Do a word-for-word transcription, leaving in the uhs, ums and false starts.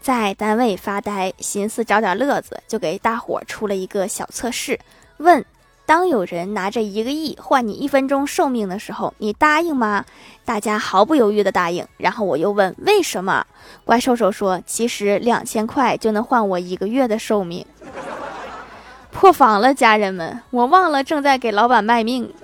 在单位发呆，寻思找点乐子，就给大伙出了一个小测试，问：当有人拿着一个亿换你一分钟寿命的时候，你答应吗？大家毫不犹豫的答应。然后我又问为什么？怪兽兽说：其实两千块就能换我一个月的寿命。破防了，家人们，我忘了正在给老板卖命。